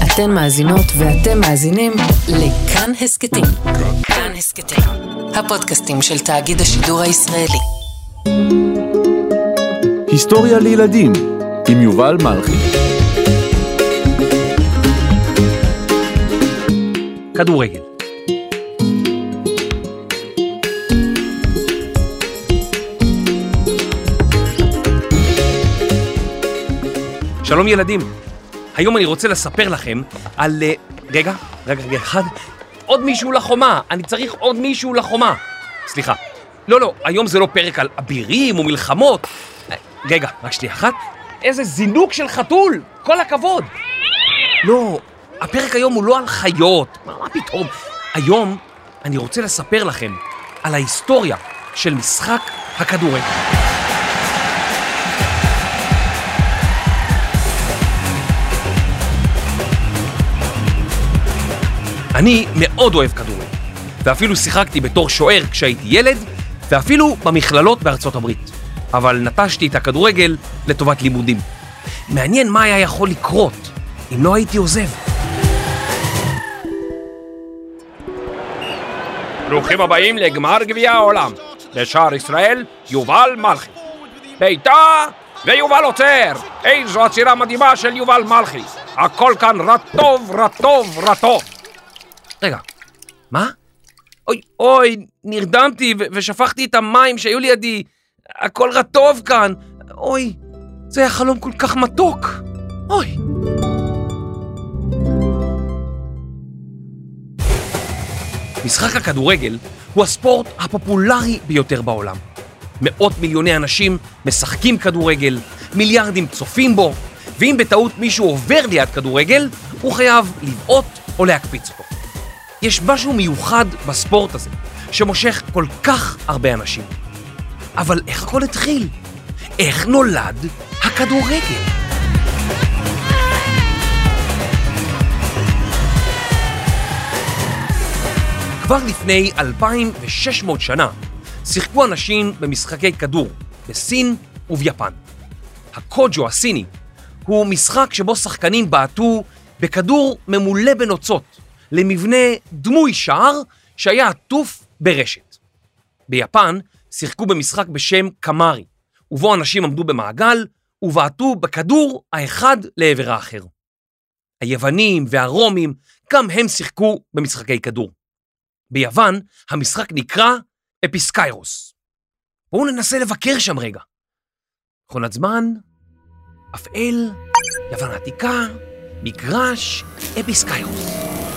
אתן מאזינות ואתם מאזינים לכאן הסקטים. כאן הסקטים, הפודקאסטים של תאגיד השידור הישראלי. היסטוריה לילדים עם יובל מלכי. כדורגל. שלום ילדים, היום אני רוצה לספר לכם על... רגע, אחד. עוד מישהו לחומה, אני צריך עוד מישהו לחומה. סליחה, לא, היום זה לא פרק על אבירים או מלחמות. רגע, רק שנייה אחת. איזה זינוק של חתול, כל הכבוד. לא, הפרק היום הוא לא על חיות, מה פתאום? היום אני רוצה לספר לכם על ההיסטוריה של משחק הכדורגל. אני מאוד אוהב כדורגל, ואפילו שיחקתי בתור שוער כשהייתי ילד, ואפילו במכללות בארצות הברית. אבל נטשתי את הכדורגל לטובת לימודים. מעניין מה היה יכול לקרות אם לא הייתי עוזב. ברוכים הבאים לגמר גביע העולם. בשער ישראל, יובל מלכי. ביתה ויובל עוצר. איזו עצירה מדהימה של יובל מלכי. הכל כאן רטוב. רגע, מה? אוי, נרדמתי ושפכתי את המים שהיו לידי. הכל רטוב כאן. אוי, זה היה חלום כל כך מתוק. אוי. משחק הכדורגל הוא הספורט הפופולרי ביותר בעולם. מאות מיליוני אנשים משחקים כדורגל, מיליארדים צופים בו, ואם בטעות מישהו עובר ליד כדורגל, הוא חייב לבעוט או להקפיץ אותו. יש משהו מיוחד בספורט הזה, שמושך כל כך הרבה אנשים. אבל איך הכל התחיל? איך נולד הכדורגל? כבר לפני 2,600 שנה שיחקו אנשים במשחקי כדור בסין וביפן. הקוג'ו הסיני הוא משחק שבו שחקנים בעטו בכדור ממולא בנוצות למבנה דמוי שער שהיה עטוף ברשת. ביפן שיחקו במשחק בשם קמארי, ובו אנשים עמדו במעגל ובעטו בכדור האחד לעבר האחר. היוונים והרומים גם הם שיחקו במשחקי כדור. ביוון המשחק נקרא אפיסקיירוס. בואו ננסה לבקר שם רגע. מכונת זמן, אפל, יוון העתיקה, מגרש, אפיסקיירוס.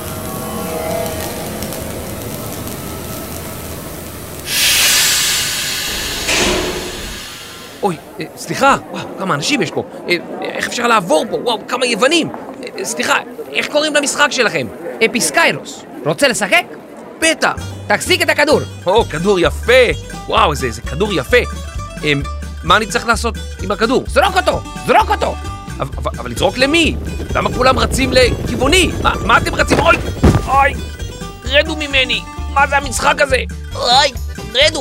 אוי, סליחה, וואו, כמה אנשים יש פה. איך אפשר לעבור פה? וואו, כמה יוונים. סליחה, איך קוראים למשחק שלכם? אפיסקיירוס. רוצה לשחק? בטח. תחזיק את הכדור. כדור יפה. וואו, איזה כדור יפה. מה אני צריך לעשות עם הכדור? זרוק אותו. אבל לזרוק למי? למה כולם רצים לכיווני? מה אתם רצים? אוי, רדו ממני. מה זה המשחק הזה? אוי, רדו.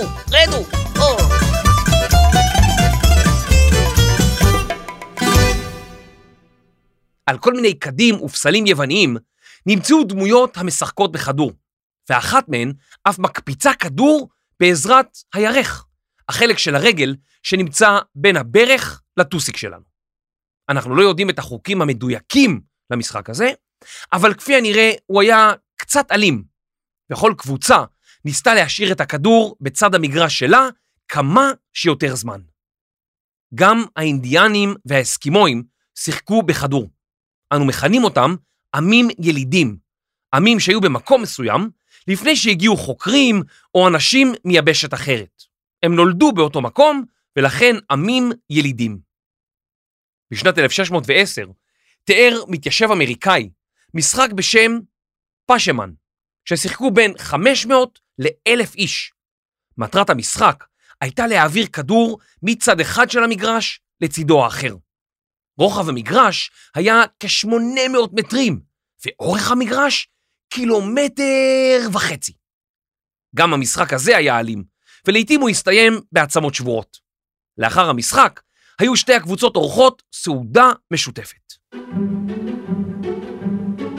על כל מיני קדים ופסלים יווניים נמצאו דמויות המשחקות בכדור, ואחת מהן אף מקפיצה כדור בעזרת הירך, החלק של הרגל שנמצא בין הברך לטוסיק שלנו. אנחנו לא יודעים את החוקים המדויקים למשחק הזה, אבל כפי הנראה הוא היה קצת אלים, וכל קבוצה ניסתה להשאיר את הכדור בצד המגרש שלה כמה שיותר זמן. גם האינדיאנים והאסקימואים שיחקו בכדור. אנו מכנים אותם עמים ילידים, עמים שהיו במקום מסוים לפני שהגיעו חוקרים או אנשים מיבשת אחרת. הם נולדו באותו מקום ולכן עמים ילידים. בשנת 1610 תיאר מתיישב אמריקאי משחק בשם פשמן, ששיחקו בין 500 ל-1,000 איש. מטרת המשחק הייתה להעביר כדור מצד אחד של המגרש לצידו האחר. רוחב המגרש היה כ-800 מטרים, ואורך המגרש 1.5 קילומטר. גם המשחק הזה היה אלים, ולעיתים הוא הסתיים בעצמות שבורות. לאחר המשחק היו שתי הקבוצות אורחות סעודה משותפת.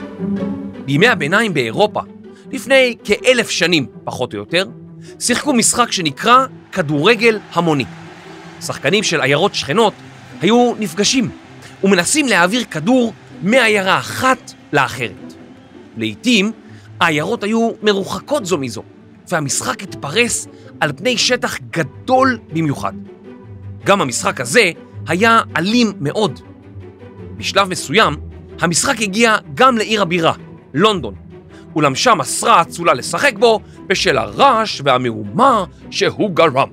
בימי הביניים באירופה, לפני כ1,000 שנים, פחות או יותר, שיחקו משחק שנקרא כדורגל המוני. שחקנים של עיירות שכנות היו נפגשים ומנסים להעביר כדור מעיירה אחת לאחרת. לעתים העיירות היו מרוחקות זו מזו, והמשחק התפרס על פני שטח גדול במיוחד. גם המשחק הזה היה אלים מאוד. בשלב מסוים, המשחק הגיע גם לעיר הבירה, לונדון, אולם שם אסרה אצולה לשחק בו בשל הרעש והמהומה שהוא גרם.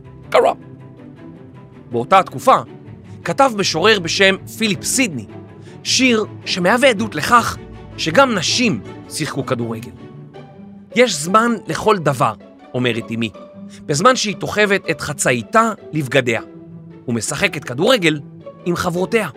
באותה התקופה כתב משורר בשם פיליפ סידני שיר שמהווה עדות לכך שגם נשים שיחקו כדורגל. יש זמן לכל דבר, אומרת אמי, בזמן שהיא תוחבת את חצאיתה לבגדיה ומשחקת כדורגל עם חברותיה.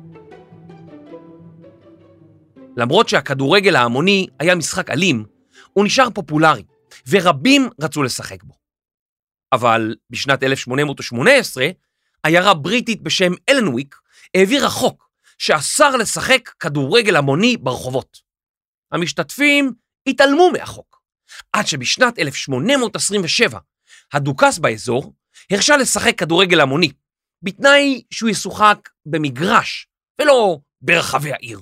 למרות שהכדורגל ההמוני היה משחק אלים, הוא נשאר פופולרי, ורבים רצו לשחק בו. אבל בשנת 1818, עיירה בריטית בשם אלנוויק העבירה חוק שאסר לשחק כדורגל המוני ברחובות. המשתתפים התעלמו מהחוק, עד שבשנת 1827, הדוכס באזור הרשה לשחק כדורגל המוני, בתנאי שהוא ישוחק במגרש ולא ברחבי העיר.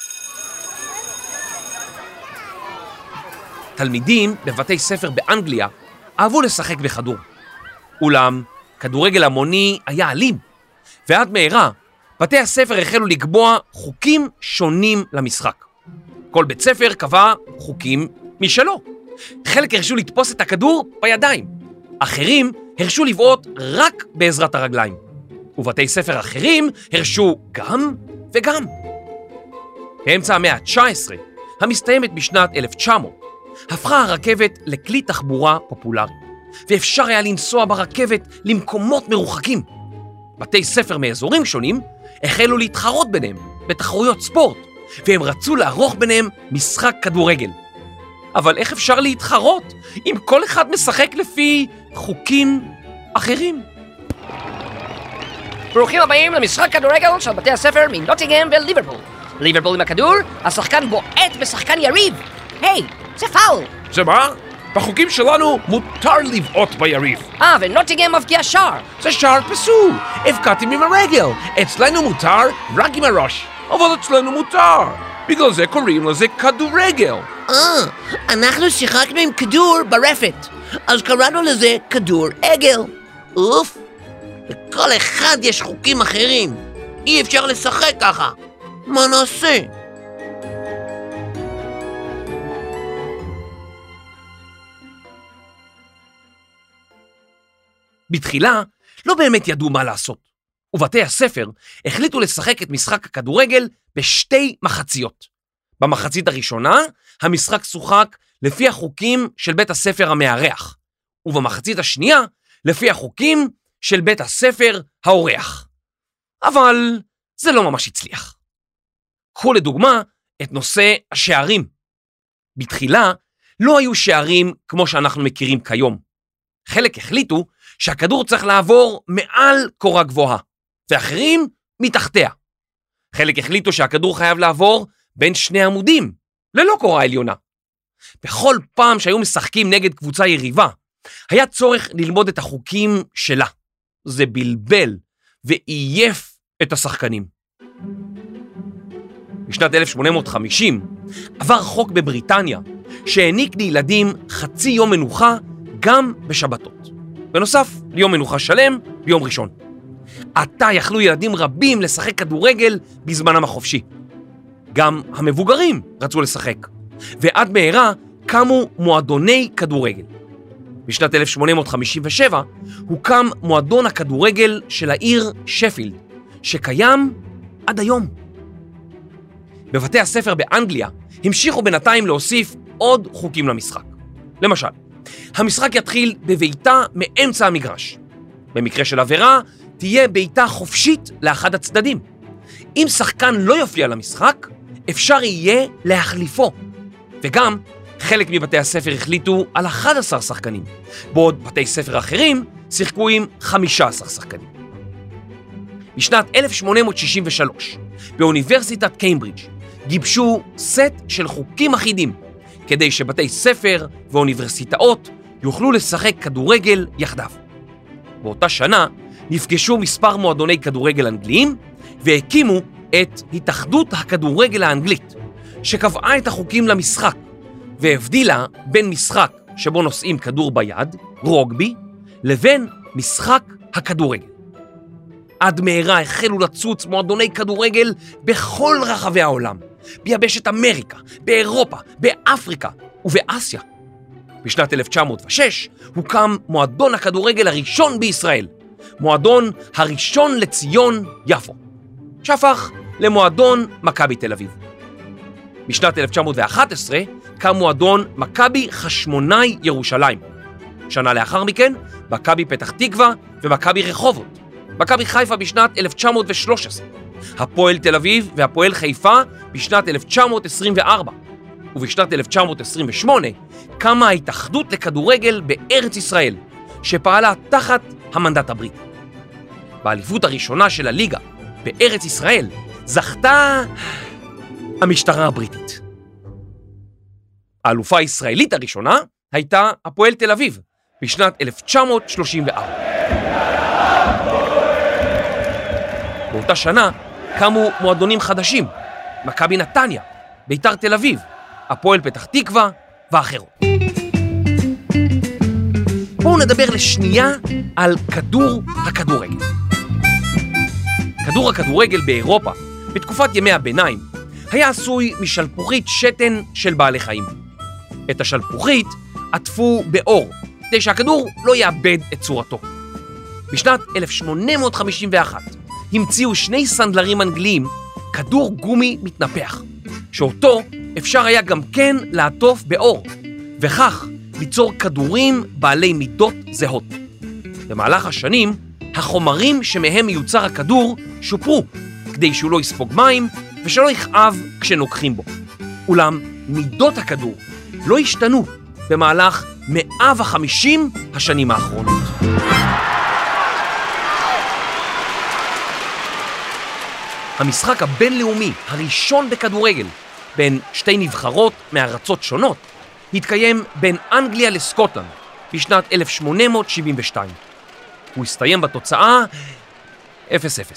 תלמידים בבתי ספר באנגליה אהבו לשחק בכדור. אולם כדורגל המוני היה אלים, ועד מהרה בתי הספר החלו לקבוע חוקים שונים למשחק. כל בית ספר קבע חוקים משלו. חלק הרשו לתפוס את הכדור בידיים, אחרים הרשו לבעוט רק בעזרת הרגליים, ובתי ספר אחרים הרשו גם וגם. באמצע המאה ה-19, המסתיימת בשנת 1900, הפכה הרכבת לכלי תחבורה פופולרי, ואפשר היה לנסוע ברכבת למקומות מרוחקים. בתי ספר מאזורים שונים החלו להתחרות ביניהם בתחרויות ספורט, והם רצו לערוך ביניהם משחק כדורגל. אבל איך אפשר להתחרות אם כל אחד משחק לפי חוקים אחרים? ברוכים הבאים למשחק כדורגל של בתי הספר מנוטינגהאם וליברפול. ליברפול עם הכדור, השחקן בועט בשחקן יריב. היי, זה פאול. זה מה? בחוקים שלנו מותר לבעוט ביריב. ונוטינגהאם מבקיע שער. זה שער פסול, הבקעתם עם הרגל. אצלנו מותר רק עם הראש. אבל אצלנו מותר. בגלל זה קוראים לזה כדורגל. אנחנו שיחקנו עם כדור ברפת, אז קראנו לזה כדור עגל. אוף, לכל אחד יש חוקים אחרים. אי אפשר לשחק ככה. מה נעשה? בתחילה לא באמת ידעו מה לעשות, ובתי הספר החליטו לשחק את משחק הכדורגל בשתי מחציות. במחצית הראשונה המשחק שוחק לפי החוקים של בית הספר המארח, ובמחצית השנייה לפי החוקים של בית הספר האורח. אבל זה לא ממש הצליח. קחו לדוגמה את נושא השערים. בתחילה לא היו שערים כמו שאנחנו מכירים כיום. חלק החליטו שהכדור צריך לעבור מעל קורה גבוהה, ואחרים מתחתיה. חלק החליטו שהכדור חייב לעבור בין שני עמודים, ללא קורה עליונה. בכל פעם שהיו משחקים נגד קבוצה יריבה, היה צורך ללמוד את החוקים שלה. זה בלבל ועייף את השחקנים. בשנת 1850 עבר חוק בבריטניה שהעניק לילדים חצי יום מנוחה גם בשבתות, בנוסף ליום מנוחה שלם ביום ראשון. עתה יכלו ילדים רבים לשחק כדורגל בזמנם החופשי. גם המבוגרים רצו לשחק, ועד מהרה קמו מועדוני כדורגל. בשנת 1857 הוקם מועדון הכדורגל של העיר שפילד, שקיים עד היום. בבתי הספר באנגליה המשיכו בינתיים להוסיף עוד חוקים למשחק. למשל, המשחק יתחיל בביתה מאמצע המגרש. במקרה של עבירה תהיה ביתה חופשית לאחד הצדדים. אם שחקן לא יופיע למשחק, אפשר יהיה להחליפו. וגם חלק מבתי הספר החליטו על 11 שחקנים, בעוד בתי ספר אחרים שיחקו עם 15 שחקנים. בשנת 1863, באוניברסיטת קיימברידג', גיבשו סט של חוקים אחידים, כדי שבתי ספר ואוניברסיטאות יוכלו לשחק כדורגל יחדיו. באותה שנה נפגשו מספר מועדוני כדורגל אנגליים, והקימו את התאחדות הכדורגל האנגלית, שקבעה את החוקים למשחק, והבדילה בין משחק שבו נושאים כדור ביד, רוגבי, לבין משחק הכדורגל. עד מהרה החלו לצוץ מועדוני כדורגל בכל רחבי העולם, ביבשת אמריקה, באירופה, באפריקה ובאסיה. בשנת 1906 הוקם מועדון הכדורגל הראשון בישראל, מועדון הראשון לציון יפו, שהפך למועדון מכבי תל אביב. בשנת 1911 קם מועדון מכבי חשמונאי ירושלים. שנה לאחר מכן, מכבי פתח תקווה ומכבי רחובות. מכבי חיפה בשנת 1913. הפועל תל אביב והפועל חיפה בשנת 1924. ובשנת 1928 קמה ההתאחדות לכדורגל בארץ ישראל, שפעלה תחת המנדט הבריטי. באליפות הראשונה של הליגה בארץ ישראל זכתה המשטרה הבריטית. האלופה הישראלית הראשונה הייתה הפועל תל אביב בשנת 1934. באותה שנה קמו מועדונים חדשים, מכבי נתניה, ביתר תל אביב, הפועל פתח תקווה ואחרות. בואו נדבר לשנייה על כדור הכדורגל. כדור הכדורגל באירופה בתקופת ימי הביניים היה עשוי משלפוחית שתן של בעלי חיים. את השלפוחית עטפו באור, כדי שהכדור לא יאבד את צורתו. בשנת 1851 המציאו שני סנדלרים אנגליים כדור גומי מתנפח, שאותו אפשר היה גם כן לעטוף באור, וכך ליצור כדורים בעלי מידות זהות. במהלך השנים, החומרים שמהם מיוצר הכדור שופרו, כדי שהוא לא יספוג מים ושלא יכאב כשנוקחים בו. אולם מידות הכדור לא השתנו במהלך 150 השנים האחרונות. המשחק הבינלאומי הראשון בכדורגל בין שתי נבחרות מארצות שונות התקיים בין אנגליה לסקוטלנד בשנת 1872. הוא הסתיים בתוצאה 0-0.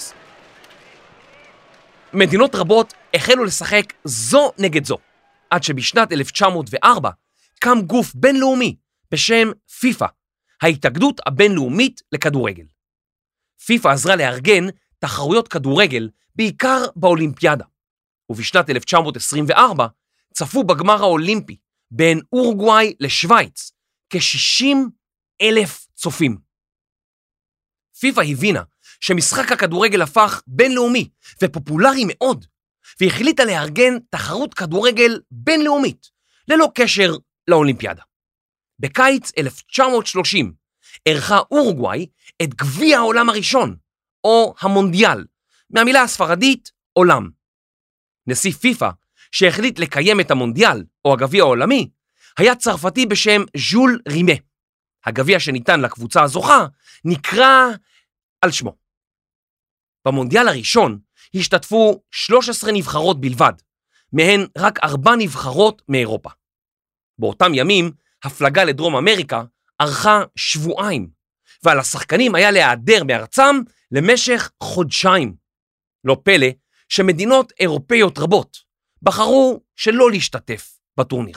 מדינות רבות החלו לשחק זו נגד זו, עד שבשנת 1904 קם גוף בינלאומי בשם פיפה, ההתאגדות הבינלאומית לכדורגל. פיפה עזרה לארגן תחרויות כדורגל בעיקר באולימפיאדה, ובשנת 1924 צפו בגמר האולימפי בין אורוגוואי לשוויץ כ-60,000 צופים. פיפה הבינה שמשחק הכדורגל הפך בינלאומי ופופולרי מאוד, והחליטה לארגן תחרות כדורגל בינלאומית ללא קשר לאולימפיאדה. בקיץ 1930 ערכה אורוגוואי את גביע העולם הראשון, או המונדיאל, מהמילה הספרדית עולם. נשיא פיפה שהחליט לקיים את המונדיאל, או הגביע העולמי, היה צרפתי בשם ז'ול רימה. הגביע שניתן לקבוצה הזוכה נקרא על שמו. במונדיאל הראשון השתתפו 13 נבחרות בלבד, מהן רק 4 נבחרות מאירופה. באותם ימים הפלגה לדרום אמריקה ארכה שבועיים, ועל השחקנים היה להיעדר מארצם למשך חודשיים. לא פלא שמדינות אירופאיות רבות בחרו שלא להשתתף בטורניר.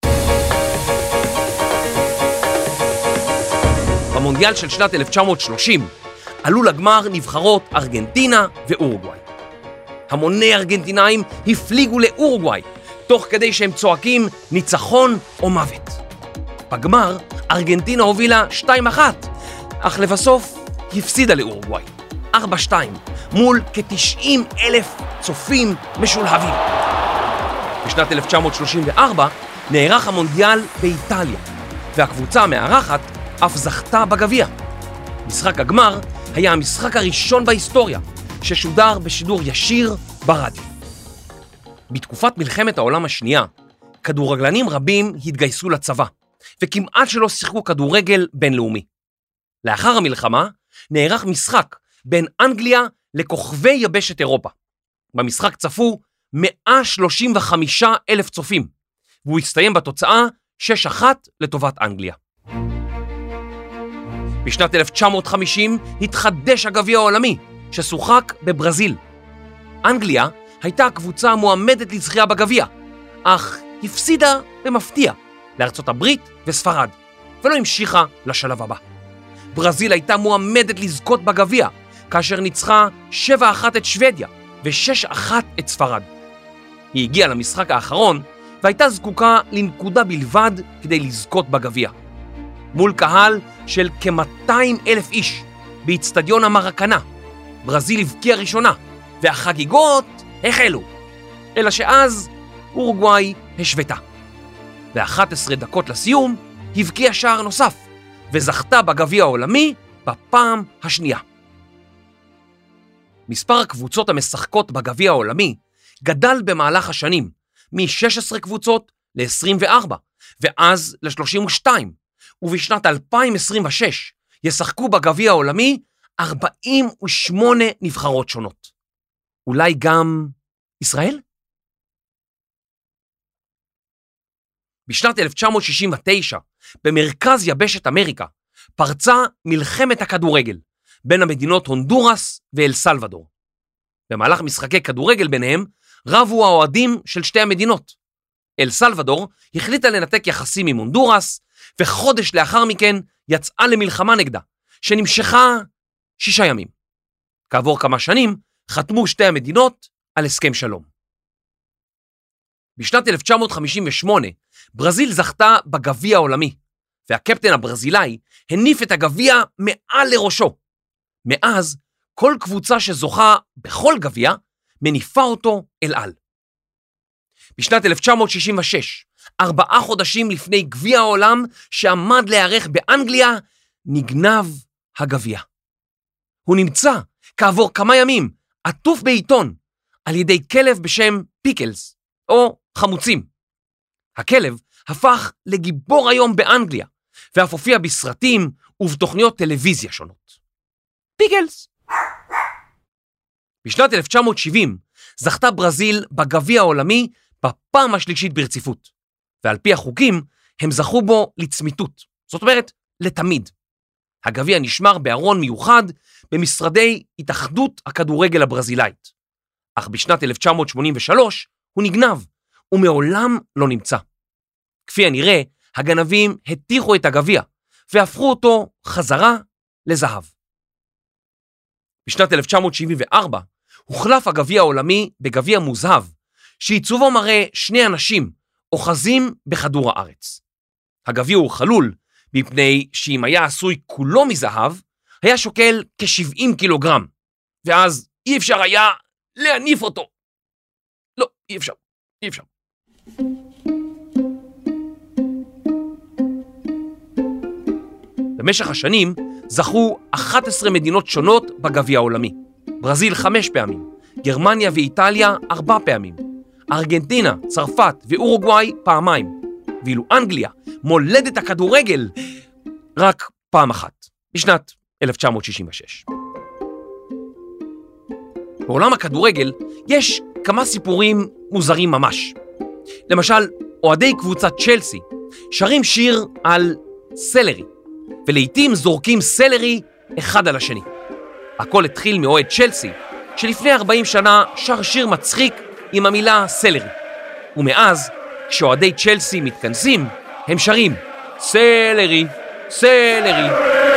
במונדיאל של שנת 1930 עלו לגמר נבחרות ארגנטינה ואורוגוואי. המוני ארגנטינאים הפליגו לאורוגוואי, תוך כדי שהם צועקים ניצחון או מוות. בגמר ארגנטינה הובילה 2-1, אך לבסוף הפסידה לאורוגוואי 4-2 מול כ-90,000 צופים משולהבים. בשנת 1934 נערך המונדיאל באיטליה, והקבוצה המארחת אף זכתה בגביע. משחק הגמר היה המשחק הראשון בהיסטוריה ששודר בשידור ישיר ברדיו. בתקופת מלחמת העולם השנייה, כדורגלנים רבים התגייסו לצבא, וכמעט שלא שיחקו כדורגל בינלאומי. לאחר המלחמה נערך משחק בין אנגליה לכוכבי יבשת אירופה. במשחק צפו 135,000 צופים, והוא הסתיים בתוצאה 6-1 לטובת אנגליה. בשנת 1950 התחדש הגביע העולמי, ששוחק בברזיל. אנגליה הייתה הקבוצה המועמדת לזכייה בגביע, אך הפסידה במפתיע לארצות הברית וספרד, ולא המשיכה לשלב הבא. ברזיל הייתה מועמדת לזכות בגביע, כאשר ניצחה 7-1 את שוודיה ו6-1 את ספרד. היא הגיעה למשחק האחרון והייתה זקוקה לנקודה בלבד כדי לזכות בגביע. מול קהל של כ-200,000 איש באצטדיון המרקנה, ברזיל הבקיעה ראשונה והחגיגות החלו. אלא שאז אורוגוואי השוותה. ו11 דקות לסיום הבקיעה שער נוסף וזכתה בגביע העולמי בפעם השנייה. מספר הקבוצות המשחקות בגביע העולמי גדל במהלך השנים מ-16 קבוצות ל-24 ואז ל-32, ובשנת 2026 ישחקו בגביע העולמי 48 נבחרות שונות. אולי גם ישראל? בשנת 1969, במרכז יבשת אמריקה, פרצה מלחמת הכדורגל בין המדינות הונדורס ואל סלבדור. במהלך משחקי כדורגל ביניהם רבו האוהדים של שתי המדינות. אל סלבדור החליטה לנתק יחסים עם הונדורס, וחודש לאחר מכן יצאה למלחמה נגדה, שנמשכה 6 ימים. כעבור כמה שנים חתמו שתי המדינות על הסכם שלום. בשנת 1958 ברזיל זכתה בגביע העולמי, והקפטן הברזילאי הניף את הגביע מעל לראשו. מאז כל קבוצה שזוכה בכל גביע מניפה אותו אל על. בשנת 1966, 4 חודשים לפני גביע העולם שעמד להיערך באנגליה, נגנב הגביע. הוא נמצא כעבור כמה ימים עטוף בעיתון על ידי כלב בשם פיקלס, או חמוצים. הכלב הפך לגיבור היום באנגליה, ואף הופיע בסרטים ובתוכניות טלוויזיה שונות. פיקלס. בשנת 1970 זכתה ברזיל בגביע העולמי בפעם השלישית ברציפות, ועל פי החוקים הם זכו בו לצמיתות, זאת אומרת לתמיד. הגביע נשמר בארון מיוחד במשרדי התאחדות הכדורגל הברזילאית, אך בשנת 1983 הוא נגנב ומעולם לא נמצא. כפי הנראה, הגנבים הטיחו את הגביע והפכו אותו חזרה לזהב. בשנת 1974 הוחלף הגביע העולמי בגביע מוזהב, שעיצובו מראה 2 אנשים אוחזים בכדור הארץ. הגביע הוא חלול, מפני שאם היה עשוי כולו מזהב, היה שוקל כ-70 קילוגרם, ואז אי אפשר היה להניף אותו. לא, אי אפשר. במשך השנים זכו 11 מדינות שונות בגביע העולמי. ברזיל 5 פעמים, גרמניה ואיטליה 4 פעמים, ארגנטינה, צרפת ואורוגוואי 2 פעמים, ואילו אנגליה, מולדת הכדורגל, רק פעם אחת, בשנת 1966. בעולם הכדורגל יש כמה סיפורים מוזרים ממש. למשל, אוהדי קבוצת צ'לסי שרים שיר על סלרי, ולעיתים זורקים סלרי אחד על השני. הכל התחיל מאוהד צ'לסי, שלפני 40 שנה שר שיר מצחיק עם המילה סלרי. ומאז, כשאוהדי צ'לסי מתכנסים, הם שרים סלרי, סלרי.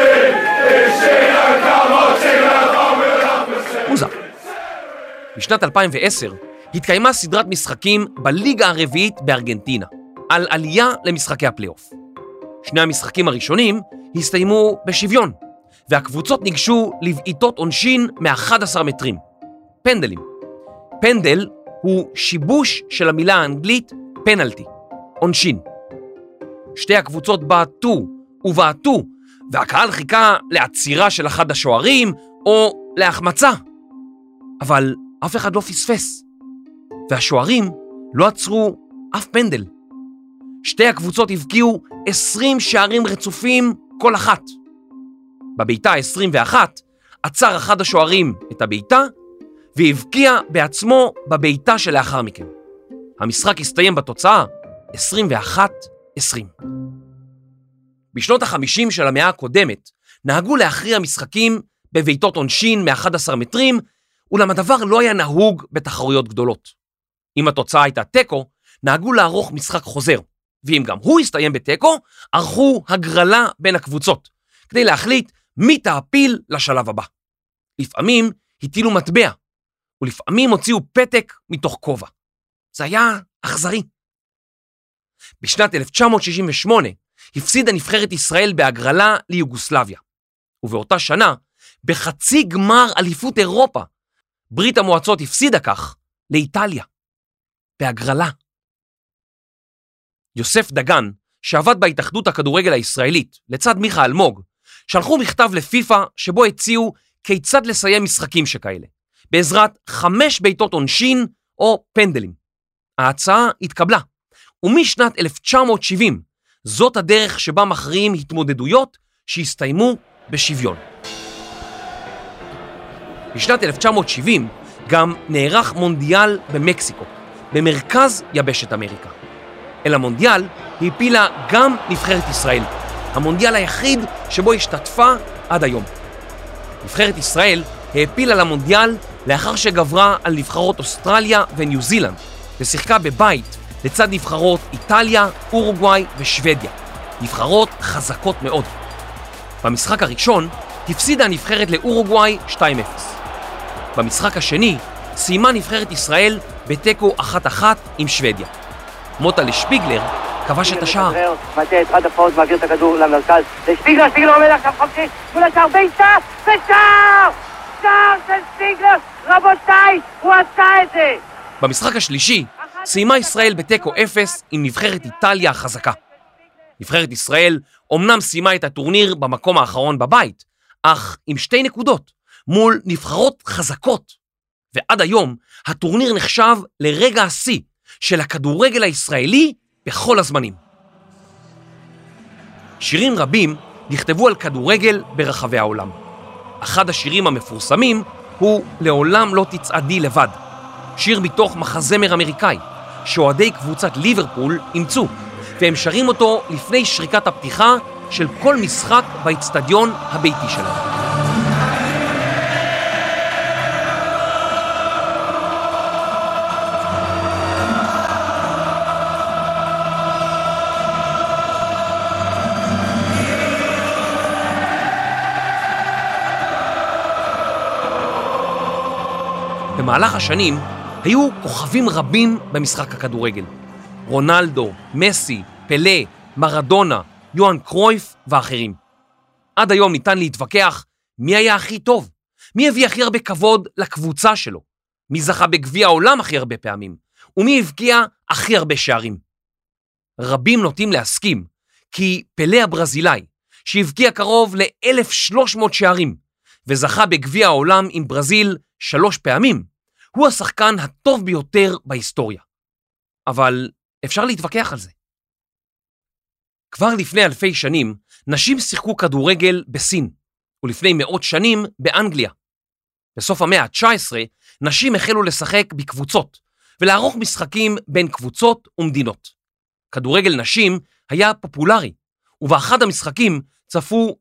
מוזר. בשנת 2010 התקיימה סדרת משחקים בליגה הרביעית בארגנטינה, על עלייה למשחקי הפלייאוף. 2 המשחקים הראשונים הסתיימו בשוויון, והקבוצות ניגשו לבעיטות עונשין מ-11 מטרים. פנדלים. פנדל הוא שיבוש של המילה האנגלית פנלטי, עונשין. 2 הקבוצות בעטו ובעטו, והקהל חיכה לעצירה של אחד השוערים או להחמצה. אבל אף אחד לא פספס, והשוערים לא עצרו אף פנדל. 2 הקבוצות הבקיעו 20 שערים רצופים כל אחת. בביתה ה-21 עצר אחד השוערים את הביתה, והבקיע בעצמו בביתה שלאחר מכן. המשחק הסתיים בתוצאה 21-20. בשנות ה-50 של המאה הקודמת נהגו להכריע משחקים בביתות עונשין מ-11 מטרים, אולם הדבר לא היה נהוג בתחרויות גדולות. אם התוצאה הייתה טקו, נהגו לערוך משחק חוזר, ואם גם הוא הסתיים בטקו, ערכו הגרלה בין הקבוצות, כדי להחליט מי תעפיל לשלב הבא. לפעמים הטילו מטבע, ולפעמים הוציאו פתק מתוך כובע. זה היה אכזרי. בשנת 1968 הפסידה נבחרת ישראל בהגרלה ליוגוסלביה, ובאותה שנה, בחצי גמר אליפות אירופה, ברית המועצות הפסידה כך לאיטליה, בהגרלה. יוסף דגן, שעבד בהתאחדות הכדורגל הישראלית, לצד מיכה אלמוג, שלחו מכתב לפיפה שבו הציעו כיצד לסיים משחקים שכאלה, בעזרת 5 ביתות עונשין או פנדלים. ההצעה התקבלה, ומשנת 1970 זאת הדרך שבה מכריעים התמודדויות שהסתיימו בשוויון. בשנת 1970 גם נערך מונדיאל במקסיקו, במרכז יבשת אמריקה. אל המונדיאל העפילה גם נבחרת ישראל, המונדיאל היחיד שבו השתתפה עד היום. נבחרת ישראל העפילה למונדיאל לאחר שגברה על נבחרות אוסטרליה וניו זילנד, ושיחקה בבית לצד נבחרות איטליה, אורוגוואי ושוודיה, נבחרות חזקות מאוד. במשחק הראשון הפסידה הנבחרת לאורוגוואי 2-0. במשחק השני סיימה נבחרת ישראל בטקו 1-1 עם שוודיה. מוטה שפיגלר כבש את השער. מטה את רד הפעוז מעביר את הכדור למרכז. שפיגלר עומד עכשיו חופשי מול השער, בעיטה ושער! שער של שפיגלר! רבותיי, הוא עשה את זה! במשחק השלישי סיימה ישראל בטקו 0 עם נבחרת איטליה החזקה. נבחרת ישראל אומנם סיימה את הטורניר במקום האחרון בבית, אך עם 2 נקודות מול נבחרות חזקות. ועד היום הטורניר נחשב לרגע השיא של הכדורגל הישראלי בכל הזמנים. שירים רבים נכתבו על כדורגל ברחבי העולם. אחד השירים המפורסמים הוא לעולם לא תצעדי לבד, שיר מתוך מחזמר אמריקאי שאוהדי קבוצת ליברפול אימצו, והם שרים אותו לפני שריקת הפתיחה של כל משחק באצטדיון הביתי שלהם. במהלך השנים היו כוכבים רבים במשחק הכדורגל. רונלדו, מסי, פלה, מרדונה, יוהאן קרויף ואחרים. עד היום ניתן להתווכח מי היה הכי טוב, מי הביא הכי הרבה כבוד לקבוצה שלו, מי זכה בגביע העולם הכי הרבה פעמים, ומי הבקיע הכי הרבה שערים. רבים נוטים להסכים כי פלה הברזילאי, שהבקיע קרוב ל-1,300 שערים, וזכה בגביע העולם עם ברזיל 3 פעמים, הוא השחקן הטוב ביותר בהיסטוריה. אבל אפשר להתווכח על זה. כבר לפני אלפי שנים, נשים שיחקו כדורגל בסין, ולפני מאות שנים באנגליה. בסוף המאה ה-19, נשים החלו לשחק בקבוצות, ולערוך משחקים בין קבוצות ומדינות. כדורגל נשים היה פופולרי, ובאחד המשחקים צפו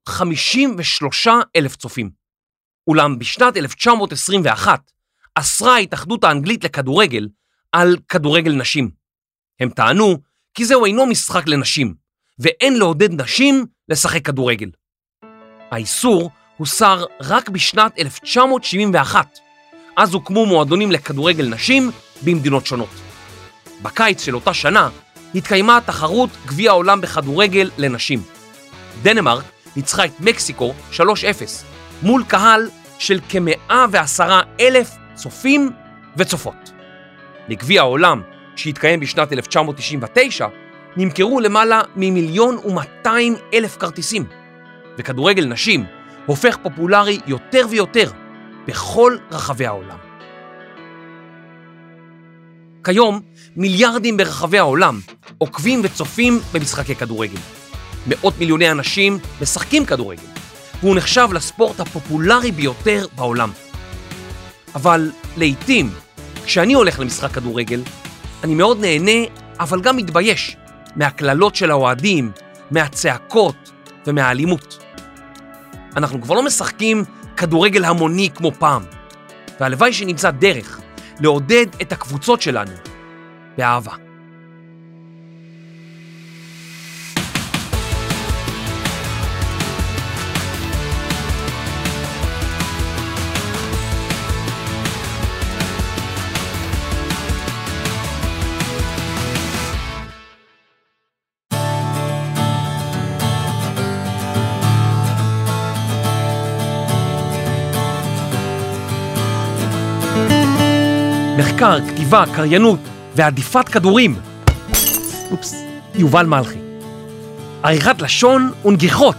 53,000 צופים. אולם בשנת 1921, אסרה ההתאחדות האנגלית לכדורגל על כדורגל נשים. הם טענו כי זהו אינו משחק לנשים, ואין לעודד נשים לשחק כדורגל. האיסור הוסר רק בשנת 1971, אז הוקמו מועדונים לכדורגל נשים במדינות שונות. בקיץ של אותה שנה התקיימה תחרות גביע העולם בכדורגל לנשים. דנמרק ניצחה את מקסיקו 3-0, מול קהל של כ-110,000 צופים וצופות. לגביע העולם, שהתקיים בשנת 1999, נמכרו למעלה מ1,200,000 כרטיסים, וכדורגל נשים הופך פופולרי יותר ויותר בכל רחבי העולם. כיום, מיליארדים ברחבי העולם עוקבים וצופים במשחקי כדורגל. מאות מיליוני אנשים משחקים כדורגל, והוא נחשב לספורט הפופולרי ביותר בעולם. אבל לעתים, כשאני הולך למשחק כדורגל, אני מאוד נהנה, אבל גם מתבייש מהכללות של האוהדים, מהצעקות ומהאלימות. אנחנו כבר לא משחקים כדורגל המוני כמו פעם, והלוואי שנמצא דרך לעודד את הקבוצות שלנו באהבה. מחקר, כתיבה, קריינות ועדיפת כדורים. אופס, יובל מלכי. עריכת לשון ונגיחות.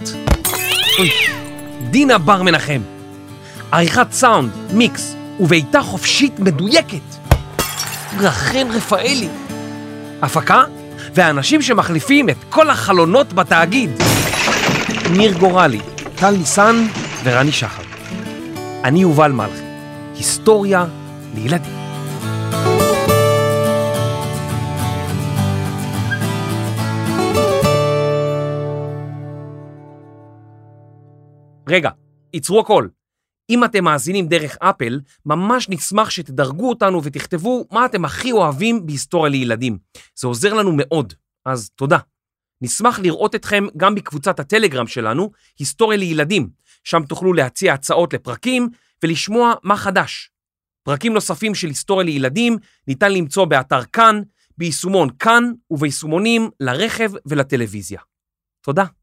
דינה בר מנחם. עריכת סאונד, מיקס ובעיטה חופשית מדויקת. רחל רפאלי. הפקה והאנשים שמחליפים את כל החלונות בתאגיד. ניר גורלי, טל ניסן ורני שחר. אני יובל מלכי. היסטוריה לילדים. רגע, ייצרו הכל. אם אתם מאזינים דרך אפל, ממש נשמח שתדרגו אותנו ותכתבו מה אתם הכי אוהבים בהיסטוריה לילדים. זה עוזר לנו מאוד, אז תודה. נשמח לראות אתכם גם בקבוצת הטלגרם שלנו, היסטוריה לילדים, שם תוכלו להציע הצעות לפרקים ולשמוע מה חדש. פרקים נוספים של היסטוריה לילדים ניתן למצוא באתר כאן, ביישומון כאן וביישומונים לרכב ולטלוויזיה. תודה.